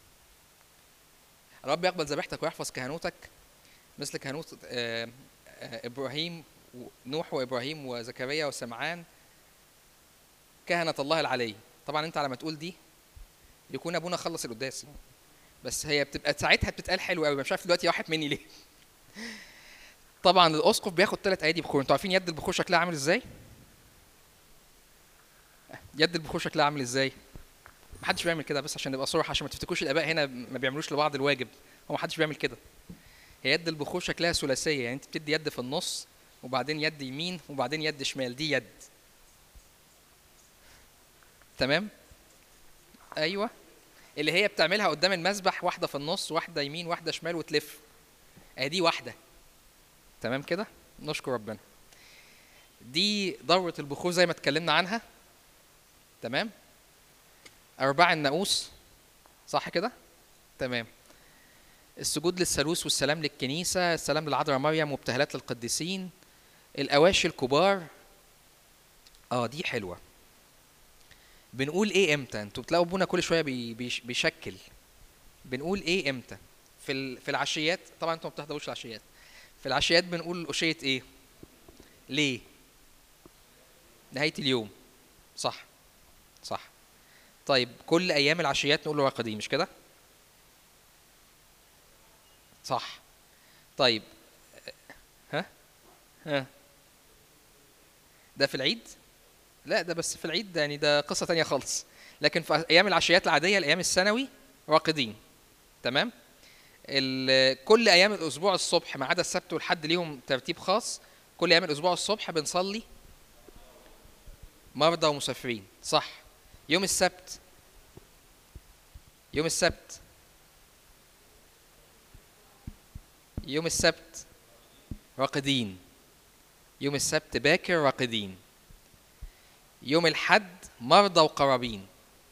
الرب يقبل ذبيحتك ويحفظ كهنوتك مثل كهنوت ابراهيم نوح وابراهيم وزكريا وسمعان كهنة الله العلي. طبعا انت على ما تقول دي يكون ابونا خلص القداس، بس هي بتبقى ساعتها بتتقال حلو قوي. مش عارف دلوقتي راحت مني ليه. طبعا الاسقف بياخد ثلاث ايادي بخور. انتوا عارفين يد البخور شكلها عامل ازاي؟ يد البخور شكلها عامل ازاي؟ محدش بيعمل كده، بس عشان نبقى صراحه، عشان ما تفتكروش الاباء هنا ما بيعملوش لبعض الواجب. هو محدش بيعمل كده. هي يد البخور شكلها ثلاثيه، يعني انت بتدي يد في النص وبعدين يد يمين وبعدين يد شمال. دي يد. تمام؟ ايوه، اللي هي بتعملها قدام المسبح، واحده في النص واحده يمين واحده شمال وتلف. ادي واحده. تمام كده؟ نشكر ربنا. دي دورة البخور زي ما اتكلمنا عنها. تمام؟ أرباع الناموس صح كده؟ تمام. السجود للثالوث والسلام للكنيسة، السلام للعذراء مريم وابتهالات للقديسين، الأواشي الكبار. اه دي حلوة. بنقول ايه امتى؟ انتوا بتلاقوا ابونا كل شوية بي بيش بيشكل. بنقول ايه امتى؟ في في العشيات. طبعا انتوا ما بتحضروش العشيات. في العشيات بنقول أشية ايه؟ ليه؟ نهاية اليوم. صح صح. طيب كل ايام العشيات نقول راقدين، مش كده؟ صح. طيب ها ها ده في العيد؟ لا ده بس في العيد، يعني ده قصة تانية خالص. لكن في ايام العشيات العادية، الايام السنوي راقدين. تمام؟ كل ايام الاسبوع الصبح ما عدا السبت والحد ليهم ترتيب خاص. كل ايام الاسبوع الصبح بنصلي مرضى ومسافرين. صح. يوم السبت يوم السبت يوم السبت راقدين. يوم السبت باكر راقدين. يوم الحد مرضى وقرابين.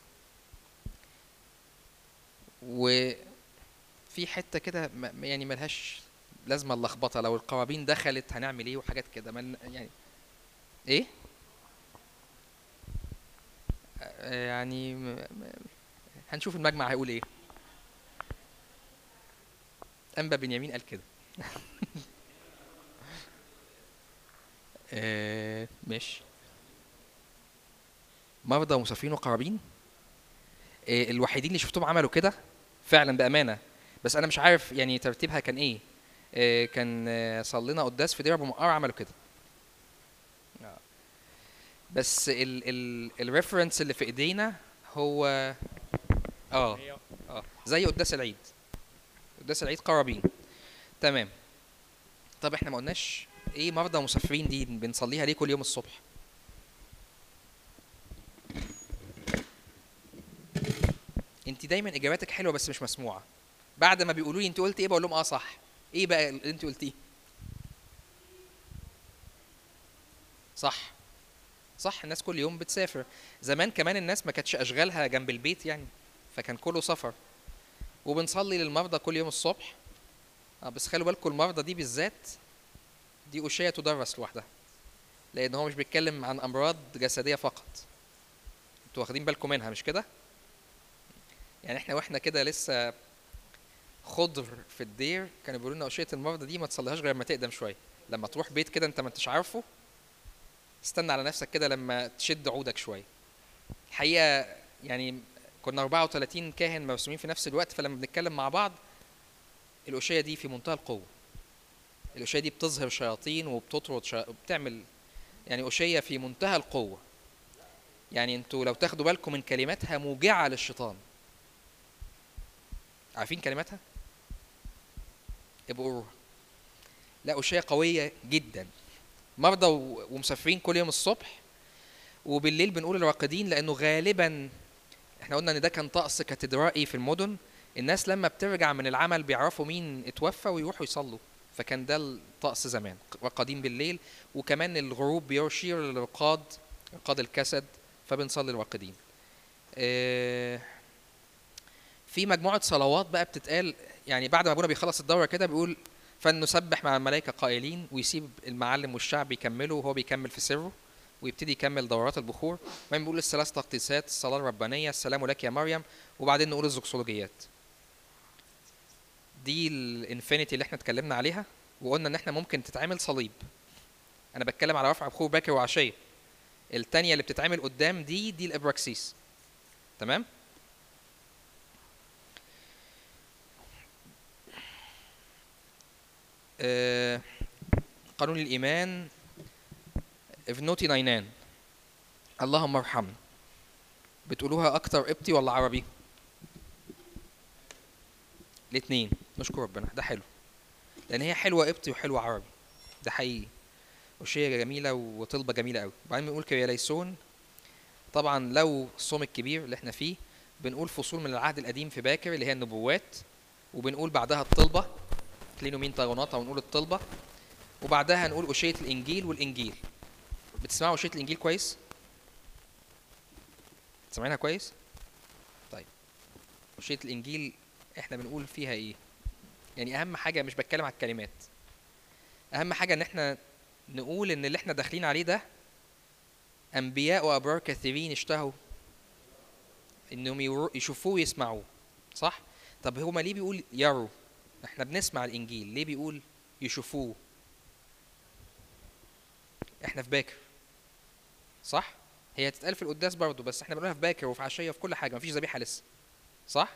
وفي حته كده يعني ملهاش لازمه اللخبطه، لو القرابين دخلت هنعمل ايه وحاجات كده من يعني ايه يعني هنشوف المجمع هيقول ايه. انبا بنيامين قال كده. آه ماشي. مرضى ومسافرين وقرابين. آه الوحيدين اللي شفتهم عملوا كده فعلا بامانه، بس انا مش عارف يعني ترتيبها كان ايه. آه، كان آه، صلينا قداس في دير ابو مقار عملوا كده. آه. بس ال ال الريفرنس اللي في ايدينا هو اه هي اه زي قداس العيد. قداس العيد قرابين. تمام. طب احنا ما قلناش ايه مرضى مسافرين دي بنصليها ليه كل يوم الصبح؟ انت دايما اجاباتك حلوه بس مش مسموعه. بعد ما بيقولوا لي انت قلت ايه بقول لهم اه صح. ايه بقى اللي انت قلتيه؟ صح. صح، الناس كل يوم بتسافر. زمان كمان الناس ما كانتش اشغالها جنب البيت يعني، فكان كله سفر. وبنصلي للمرضى كل يوم الصبح. اه بس خلوا بالكم المرضى دي بالذات دي أشياء تدرس لوحدها، لأن هو مش بيتكلم عن أمراض جسدية فقط. انتوا واخدين بالكم منها مش كده؟ يعني احنا واحنا كده لسه خضر في الدير كانوا بيقولوا لنا أشياء المرضى دي ما تصليهاش غير لما تقدم شوية. لما تروح بيت كده انت ما انتش عارفه، استنى على نفسك كده لما تشد عودك شوية. الحقيقة يعني كنا أربعة وثلاثين كاهن مرسومين في نفس الوقت، فلما بنتكلم مع بعض الأشياء دي في منتهى القوة. الأشياء دي بتظهر شياطين وبتطرد شا... وبتعمل يعني أشياء في منتهى القوة. يعني انتوا لو تاخدوا بالكم من كلماتها موجعة للشيطان. عارفين كلماتها؟ ابقوا قروها. لا أشياء قوية جدا. مرضى و- ومسافرين كل يوم الصبح، وبالليل بنقول الراقدين، لأنه غالبا احنا قلنا ان ده كان طقس كاتدرائي في المدن. الناس لما بترجع من العمل بيعرفوا مين اتوفى ويروحوا يصلوا. فكان ده الطقس زمان، راقدين بالليل. وكمان الغروب بيشير للرقاد، رقاد الجسد، فبنصلي الراقدين. آه، في مجموعة صلوات بقى بتتقال يعني بعد ما ابونا بيخلص الدورة كده بيقول فلنسبح مع الملائكة قائلين، ويسيب المعلم والشعب يكملوا وهو بيكمل في سره، ويبتدي يكمل دورات البخور. بعدين بيقول الثلاث تقديسات، الصلاة الربانية، السلام لك يا مريم، وبعدين نقول الزوكسولوجيات. دي الانفينيتي اللي احنا اتكلمنا عليها، وقلنا ان احنا ممكن تتعمل صليب. انا بتكلم على رفع بخور باكر وعشية. التانية اللي بتتعمل قدام دي دي الابراكسيس. تمام. آه، قانون الإيمان افنوتي ناينان، اللهم ارحمنا. بتقولوها أكتر قبطي ولا عربي؟ الاتنين. نشكر ربنا، ده حلو. لأن هي حلوة قبطي وحلوة عربي. ده حقيقي. وشيء جميلة وطلبة جميلة قوي. وبعدين بنقول كرياليسون. طبعا لو الصوم الكبير اللي احنا فيه بنقول فصول من العهد القديم في باكر اللي هي النبوات، وبنقول بعدها الطلبة كلينو مين طاغوناتا، ونقول الطلبة، وبعدها نقول أشية الإنجيل والإنجيل. بتسمعوا أشية الإنجيل كويس؟ سامعينها كويس؟ طيب أشية الإنجيل احنا بنقول فيها ايه؟ يعني أهم حاجة مش بتكلم على الكلمات، أهم حاجة إن احنا نقول إن اللي احنا داخلين عليه ده أنبياء وأبرار كثيرين اشتهوا إنهم يرو- يشوفوه ويسمعوه. صح؟ طب هما ليه بيقول يروا؟ احنا بنسمع الإنجيل، ليه بيقول يشوفوه؟ احنا في باكر. صح؟ هي هتتقال في القداس برضه، بس احنا بنقولها في باكر وفي عشية وفي كل حاجة، مفيش ذبيحة لسه. صح؟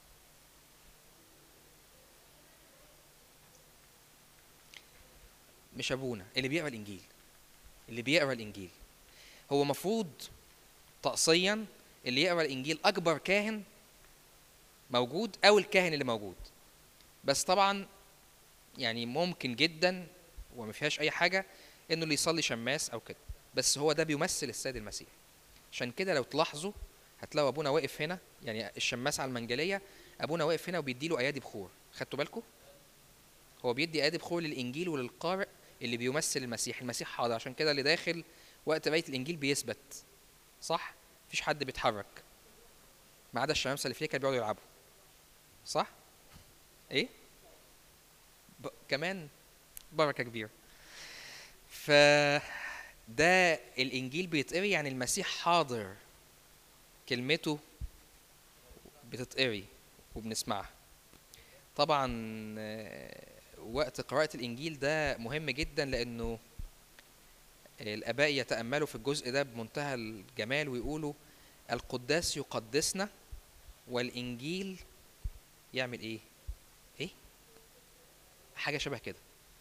مش أبونا اللي بيقرأ الإنجيل. اللي بيقرأ الإنجيل هو مفروض طقسيا اللي يقرأ الإنجيل أكبر كاهن موجود أو الكاهن اللي موجود. بس طبعا يعني ممكن جدا وما فيهاش أي حاجة إنه اللي يصلي شماس أو كده، بس هو ده بيمثل السيد المسيح. عشان كده لو تلاحظوا هتلاقوا أبونا واقف هنا، يعني الشماس على المنجلية، أبونا واقف هنا وبيديله أيادي بخور. خدتوا بالكم؟ هو بيدي أيادي بخور للإنجيل وللقارئ اللي بيمثل المسيح. المسيح حاضر، عشان كده اللي داخل وقت قراية الإنجيل بيثبت. صح؟ مفيش حد بيتحرك ما عدا الشمامسة اللي فيه كانوا بيقعدوا يلعبوا. صح؟ إيه؟ ب... كمان بركة كبيرة. ف ده الإنجيل بيتقري يعني المسيح حاضر، كلمته بتتقري وبنسمعها. طبعا آه، وقت قراءة الإنجيل ده مهم جدا، لأنه الآباء يتأملوا في الجزء ده بمنتهى الجمال ويقولوا القداس يقدسنا والإنجيل يعمل إيه؟ إيه؟ حاجه شبه كده.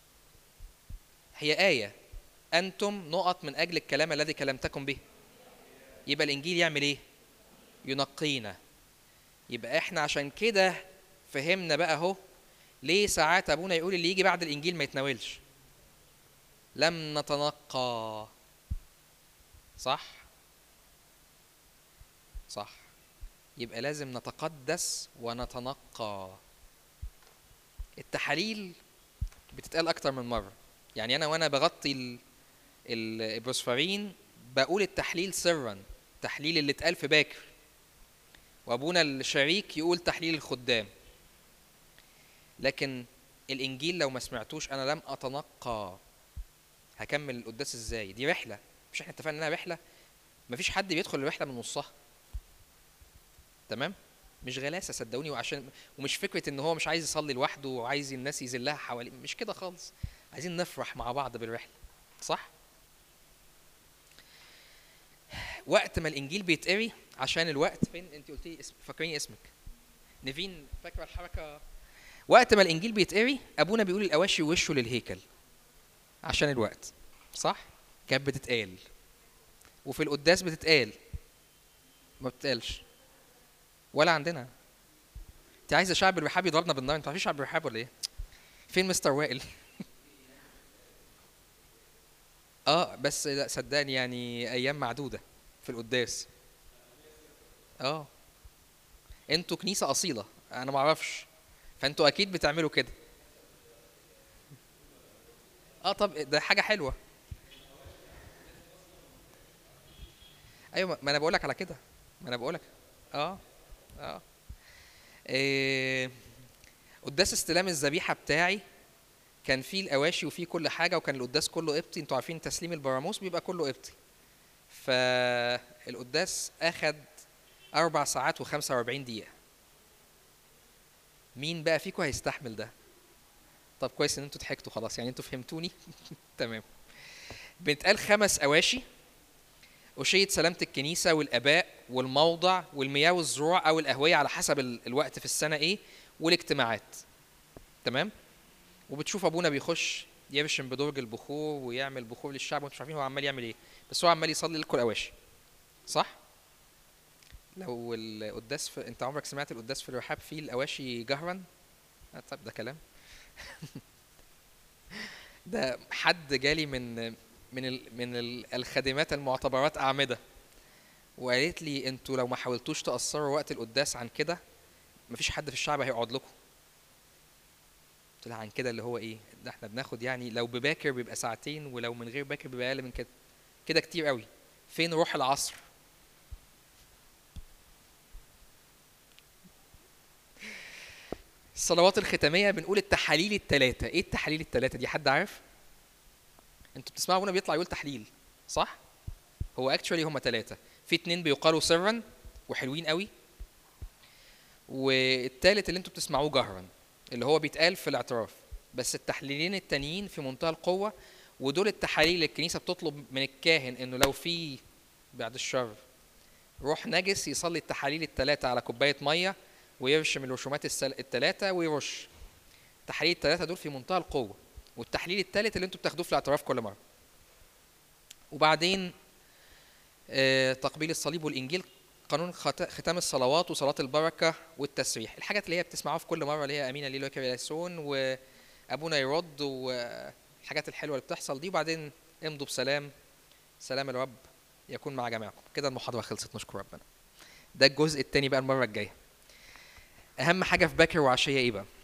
هي ايه، انتم نقط من اجل الكلام الذي كلمتكم به. يبقى الانجيل يعمل ايه؟ ينقينا. يبقى احنا عشان كده فهمنا بقى اهو ليه ساعات ابونا يقول اللي يجي بعد الانجيل ما يتناولش. لم نتنقى. صح صح. يبقى لازم نتقدس ونتنقى. التحاليل بتتقال اكتر من مره. يعني انا وانا بغطي ال- ال- البروسفرين بقول التحليل سرا، تحليل اللي اتقال في باكر، وابونا الشريك يقول تحليل الخدام. لكن الانجيل لو ما سمعتوش انا لم اتنقى، هكمل القداس ازاي؟ دي رحله، مش احنا اتفقنا انها رحله؟ مفيش حد بيدخل الرحله من نصها. تمام؟ مش غلاسه صدقوني، وعشان ومش فكره ان هو مش عايز يصلي لوحده وعايز الناس يذلها حواليه، مش كده خالص. عايزين نفرح مع بعض بالرحله. صح؟ وقت ما الانجيل بيتقري، عشان الوقت فين انت قلتي اسم، فاكريني اسمك نيفين، فاكره الحركه؟ وقت ما الانجيل بيتقري ابونا بيقول الاواشي وشه للهيكل عشان الوقت. صح؟ كانت بتتقال. وفي القداس بتتقال. ما بتتقالش ولا عندنا. انت عايزه شعب الرحاب يضربنا بالنار؟ انت عارفين شعب الرحاب ولا ايه؟ فين مستر وائل؟ اه بس لا صدقني يعني ايام معدوده في القداس. اه انتوا كنيسه اصيله، انا ما اعرفش، فانتوا اكيد بتعملوا كده. اه طب ده حاجه حلوه. ايوه ما انا بقول لك على كده، ما انا بقول لك. اه اه إيه، قداس استلام الذبيحه بتاعي كان فيه الاواشي وفيه كل حاجه، وكان القداس كله قبطي. انتوا عارفين تسليم البراموس بيبقى كله قبطي. فالقداس اخد اربع ساعات وخمسة واربعين دقيقه. مين بقى فيكم هيستحمل ده؟ طب كويس ان انتوا ضحكتوا خلاص، يعني انتوا فهمتوني. تمام. بنتقال خمس اواشي: أشية سلامة الكنيسة والآباء والموضع والمياه والزروع أو الأهوية على حسب ال- الوقت في السنة إيه، والاجتماعات. تمام. وبتشوف أبونا بيخش يرشم بدرج البخور ويعمل بخور للشعب، وانتوا مش عارفين هو عمال يعمل إيه، بس هو عمال يصلي لكم الأواشي. صح؟ لو القداس في... أنت عمرك سمعت القداس في الرحاب فيه الأواشي جهرا؟ آه طب ده كلام. ده حد جالي من من ال... من ال- الخادمات المعتبرات أعمدة، وقالت لي انتوا لو ما حاولتوش تقصروا وقت القداس عن كده مفيش حد في الشعب هيقعد لكم. قلت لها عن كده اللي هو ايه؟ ده احنا بناخد يعني لو بباكر بيبقى ساعتين، ولو من غير باكر بيبقى اقل من كده. كده كتير قوي. فين روح العصر؟ الصلوات الختاميه بنقول التحاليل الثلاثه. ايه التحاليل الثلاثه دي؟ حد عارف؟ انتوا بتسمعوا ابونا بيطلع يقول تحليل، صح؟ هو اكشولي هم ثلاثه. في اتنين بيقالوا سرا وحلوين قوي، والتالت اللي انتوا بتسمعوه جهرا اللي هو بيتقال في الاعتراف. بس التحليلين التانيين في منتهى القوه، ودول التحاليل اللي الكنيسه بتطلب من الكاهن انه لو في بعد الشر روح نجس يصلي التحاليل الثلاثه على كوبايه ميه ويرشم الرشومات الثلاثه ويرش. التحاليل الثلاثه دول في منتهى القوه، والتحليل الثالث اللي انتوا بتاخدوه في الاعتراف كل مره. وبعدين آه، تقبيل الصليب والانجيل، قانون خت- ختام الصلوات وصلاه البركه والتسبيح، الحاجات اللي هي بتسمعوها في كل مره اللي هي امينا ليلو كريلاسون وابونا يرد والحاجات الحلوه اللي بتحصل دي. وبعدين امضوا بسلام، سلام الرب يكون مع جميعكم. كده المحاضره خلصت، نشكر ربنا. ده الجزء الثاني بقى المره الجايه. اهم حاجه في باكر وعشيه ايه بقى؟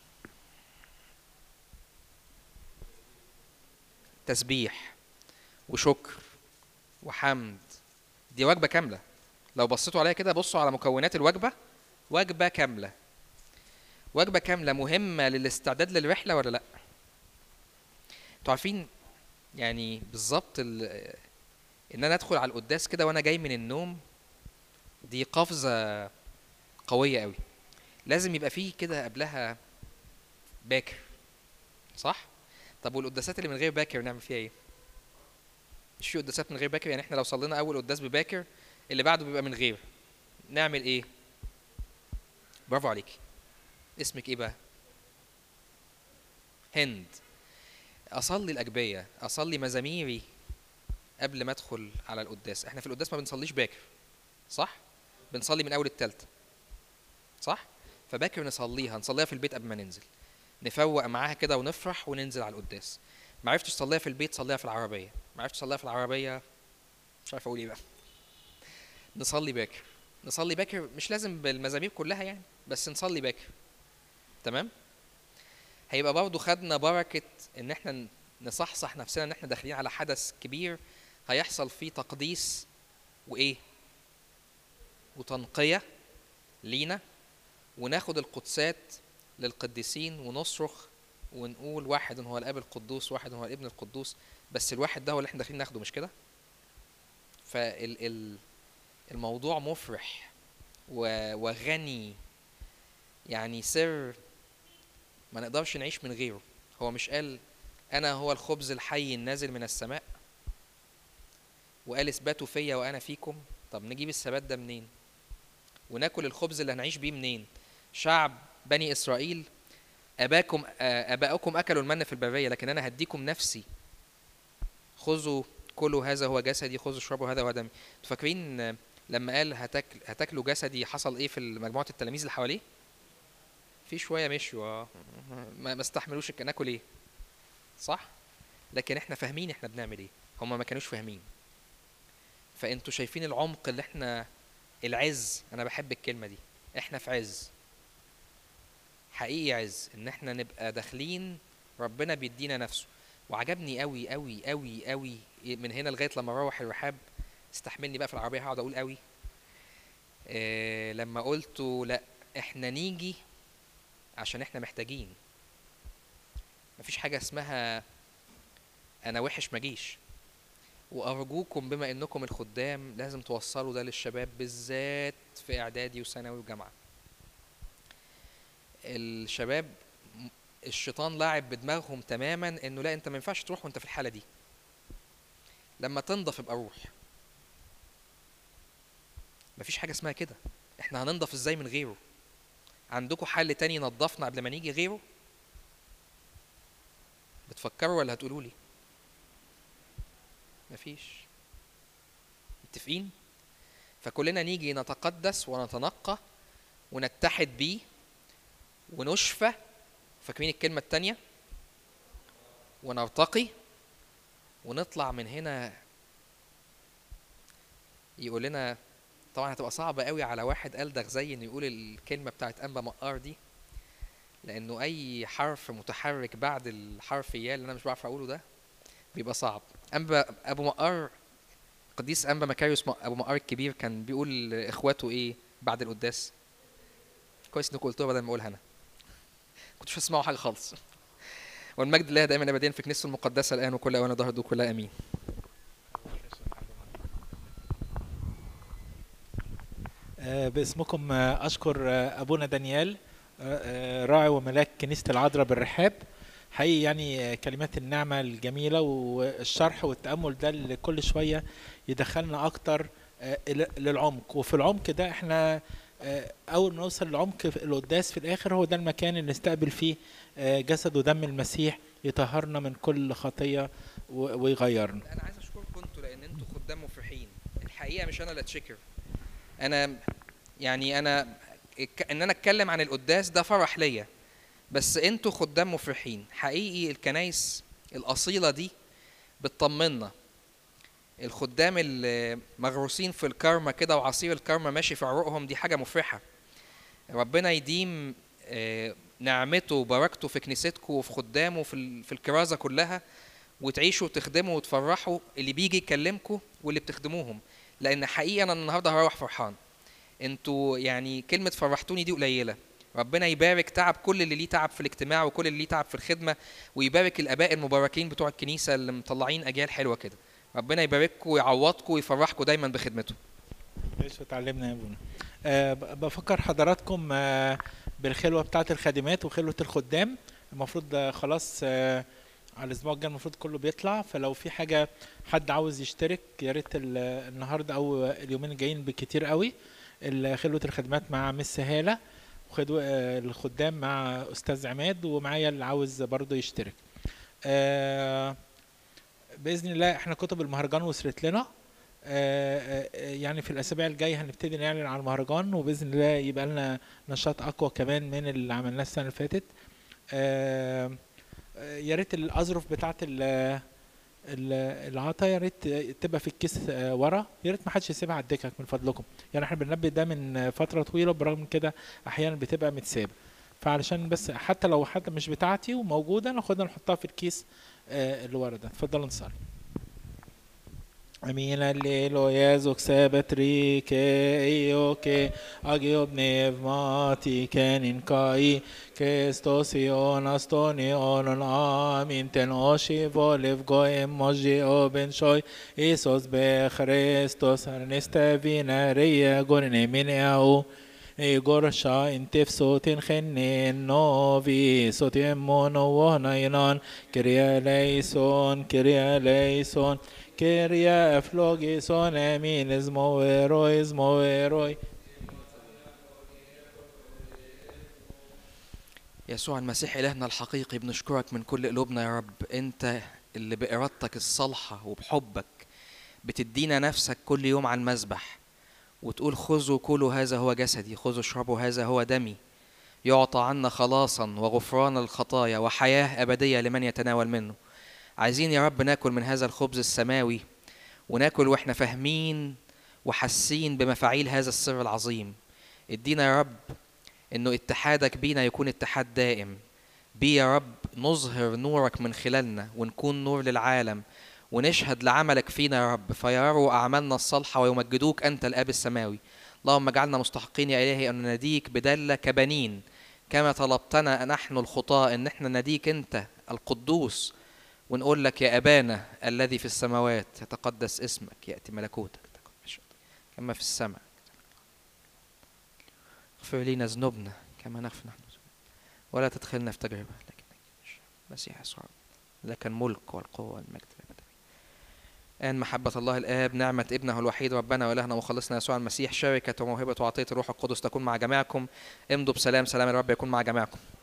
تسبيح وشكر وحمد. دي وجبه كامله. لو بصيتوا عليها كده، بصوا على مكونات الوجبه، وجبه كامله. وجبه كامله مهمه للاستعداد للرحله ولا لا؟ انتوا عارفين يعني بالظبط ال- ان انا ادخل على القداس كده وانا جاي من النوم، دي قفزه قويه قوي. لازم يبقى فيه كده قبلها باكر. صح؟ طب والقداسات اللي من غير باكر نعمل فيها ايه؟ مش في قداسات من غير باكر؟ يعني احنا لو صلينا اول قداس بباكر اللي بعده بيبقى من غير، نعمل ايه؟ برافو عليك. اسمك ايه بقى؟ هند، اصلي الاجبيه، اصلي مزاميري قبل ما ادخل على القداس. احنا في القداس ما بنصليش باكر، صح؟ بنصلي من اول التالتة، صح؟ فباكر نصليها، نصليها في البيت قبل ما ننزل، نفوق معاها كده ونفرح وننزل على القداس. ما عرفتش تصليها في البيت، صليها في العربيه. ما عرفتش تصليها في العربيه، مش عارف اقول ايه بقى. نصلي باكر، نصلي باكر، مش لازم بالمزامير كلها يعني، بس نصلي باكر. تمام. هيبقى برضو خدنا بركه ان احنا نصحصح نفسنا ان احنا داخلين على حدث كبير هيحصل فيه تقديس وايه وتنقيه لينا، وناخد القدسات للقديسين ونصرخ ونقول واحد هو الاب القدوس، واحد هو الابن القدوس. بس الواحد ده هو اللي احنا داخلين ناخده، مش كده؟ فالموضوع مفرح و- وغني، يعني سر ما نقدرش نعيش من غيره. هو مش قال انا هو الخبز الحي النازل من السماء، وقال اثبتوا فيا وانا فيكم؟ طب نجيب الثبات ده منين؟ وناكل الخبز اللي هنعيش بيه منين؟ شعب بني اسرائيل اباكم آه، اباؤكم اكلوا المن في البريه، لكن انا هديكم نفسي، خذوا كلوا هذا هو جسدي، خذوا اشربوا هذا هو دمي. انتوا فاكرين آه، لما قال هتاكل هتاكلوا جسدي حصل ايه في مجموعه التلاميذ اللي حواليه؟ في شويه مشوا، آه، ما ما استحملوش كان ناكل ايه، صح؟ لكن احنا فاهمين احنا بنعمل ايه، هم ما كانوش فاهمين. فانتوا شايفين العمق اللي احنا، العز، انا بحب الكلمه دي، احنا في عز حقيقي، عز ان احنا نبقى داخلين ربنا بيدينا نفسه. وعجبني قوي قوي قوي قوي من هنا لغايه لما اروح الرحاب، استحملني بقى في العربيه هقعد اقول قوي. إيه لما قلتوا لا احنا نيجي عشان احنا محتاجين، مفيش حاجه اسمها انا وحش مجيش. وارجوكم بما انكم الخدام لازم توصلوا ده للشباب بالذات في اعدادي وثانوي وجامعه. الشباب م- الشيطان لاعب بدماغهم تماما انه لا انت ما ينفعش تروح وانت في الحاله دي، لما تنضف ابقى روح. مفيش حاجه اسمها كده، احنا هننضف ازاي من غيره؟ عندكم حل تاني ينضفنا قبل ما نيجي غيره؟ بتفكروا ولا هتقولوا لي؟ مفيش. متفقين؟ فكلنا نيجي نتقدس ونتنقى ونتحد بيه ونشفى، فاكرين الكلمه التانيه؟ ونرتقي ونطلع من هنا. يقول لنا طبعا هتبقى صعبة قوي على واحد ألدغ زي انه يقول الكلمة بتاعت أنبا مقار دي، لأنه أي حرف متحرك بعد الحرف يا اللي أنا مش بعرف أقوله ده بيبقى صعب. أنبا أبو مقار، قديس أنبا مكاريوس م- أبو مقار الكبير، كان بيقول لإخواته إيه بعد القداس؟ كويس إنكم قلتوها بدل ما أقولها أنا، كنتش هسمعوا حاجة خالص. والمجد لله دائما أبديا في كنيسته المقدسة الآن وكل أوان ظهر دو كلها آمين. آه، باسمكم آه، أشكر آه، أبونا دانيال، آه، آه، راعي وملاك كنيسة العذراء بالرحاب. حقيقي يعني آه، كلمات النعمة الجميلة والشرح والتأمل ده اللي كل شوية يدخلنا أكتر آه، إلى- للعمق. وفي العمق ده احنا آه، أول ما نوصل للعمق في القداس في الآخر هو ده المكان اللي نستقبل فيه آه، جسد ودم المسيح يطهرنا من كل خطية و- ويغيرنا. انا عايز اشكركم انتوا لان انتوا خدام مفرحين. الحقيقه مش انا اللي اتشكر، انا يعني انا ك- ان انا اتكلم عن القداس ده فرح ليا، بس انتوا خدام مفرحين حقيقي. الكنايس الاصيله دي بتطمنا، الخدام اللي مغروسين في الكارما كده وعصير الكارما ماشي في عروقهم، دي حاجه مفرحه. ربنا يديم آه، نعمته وبركته في كنيستكم وفي خدامه وفي ال- في الكرازه كلها، وتعيشوا وتخدموا وتفرحوا اللي بيجي يكلمكم واللي بتخدموهم. لان حقيقه انا النهارده هروح فرحان. انتوا يعني كلمه فرحتوني دي قليله. ربنا يبارك تعب كل اللي ليه تعب في الاجتماع وكل اللي ليه تعب في الخدمه، ويبارك الاباء المباركين بتوع الكنيسه اللي مطلعين اجيال حلوه كده. ربنا يبارككم ويعوضكم ويفرحكم دايما بخدمته. ايش اتعلمنا يا ابونا. أه ب- بفكر حضراتكم أه بالخلوه بتاعه الخادمات وخلوه الخدام. المفروض آه، خلاص أه على الاسبوع الجاي المفروض كله بيطلع، فلو في حاجه حد عاوز يشترك يا ريت ال- النهارده او اليومين الجايين بالكتير قوي ال- خلوه الخدمات مع مس هاله. وخدو- آه، الخدام مع استاذ عماد، ومعايا اللي عاوز برضه يشترك. آه، باذن الله احنا كتب المهرجان وصلت لنا. آه، آه، آه، يعني في الاسابيع الجايه هنبتدي نعلن عن المهرجان، وباذن الله يبقى لنا نشاط اقوى كمان من اللي عملناه السنه اللي فاتت. آه، آه، يا ريت الاظرف بتاعه ال- ال- العطا يا ريت تبقى في الكيس آه، ورا، يا ريت ما حدش يسيبها على الدكك من فضلكم. يعني احنا بننبه ده من فتره طويله، برغم من كده احيانا بتبقى متسابه. فعلشان بس حتى لو حتى مش بتاعتي وموجوده ناخدها نحطها في الكيس آه، اللي ورا ده. اتفضلوا نصلي. Amina lelo Jesu ksebet ke ioke agiob nevmati kenin kai Kristos ionas toni onon amin ten oshi volev goem moji oben shoy Isos be Christos arneste vinaria gorne mineau Igor sha intef sotin khennen novi sotin mono wohnainan Kyrie eleison Kyrie eleison Kyrie افلوجيسون امين ازمو ويروي ازمو ويروي. يسوع المسيح إلهنا الحقيقي، بنشكرك من كل قلوبنا يا رب. أنت اللي بإرادتك الصالحة وبحبك بتدينا نفسك كل يوم على المذبح، وتقول خذوا كلوا هذا هو جسدي، خذوا اشربوا هذا هو دمي، يعطى عنا خلاصا وغفران الخطايا وحياة أبدية لمن يتناول منه. عايزين يا رب ناكل من هذا الخبز السماوي، وناكل واحنا فاهمين وحاسين بمفاعيل هذا السر العظيم. ادينا يا رب انه اتحادك بينا يكون اتحاد دائم، بي يا رب نظهر نورك من خلالنا ونكون نور للعالم، ونشهد لعملك فينا يا رب، فيروا أعمالنا الصالحة ويمجدوك أنت الآب السماوي. اللهم اجعلنا مستحقين يا إلهي أن نديك بدلة كبنين، كما طلبتنا نحن الخطاة أن احنا نديك أنت القدوس، ونقول لك يا أبانا الذي في السماوات يتقدس اسمك، يأتي ملكوتك كما في السماء، اغفر لنا ذنوبنا كما نغفر نحن، ولا تدخلنا في تجربة لكن مسيح يسوع لك الملك والقوة والمجد أبدا. آن محبة الله الآب، نعمة ابنه الوحيد ربنا وإلهنا ومخلصنا يسوع المسيح، شركة وموهبة وعطية الروح القدس تكون مع جميعكم. امضوا بسلام، سلام الرب يكون مع جميعكم.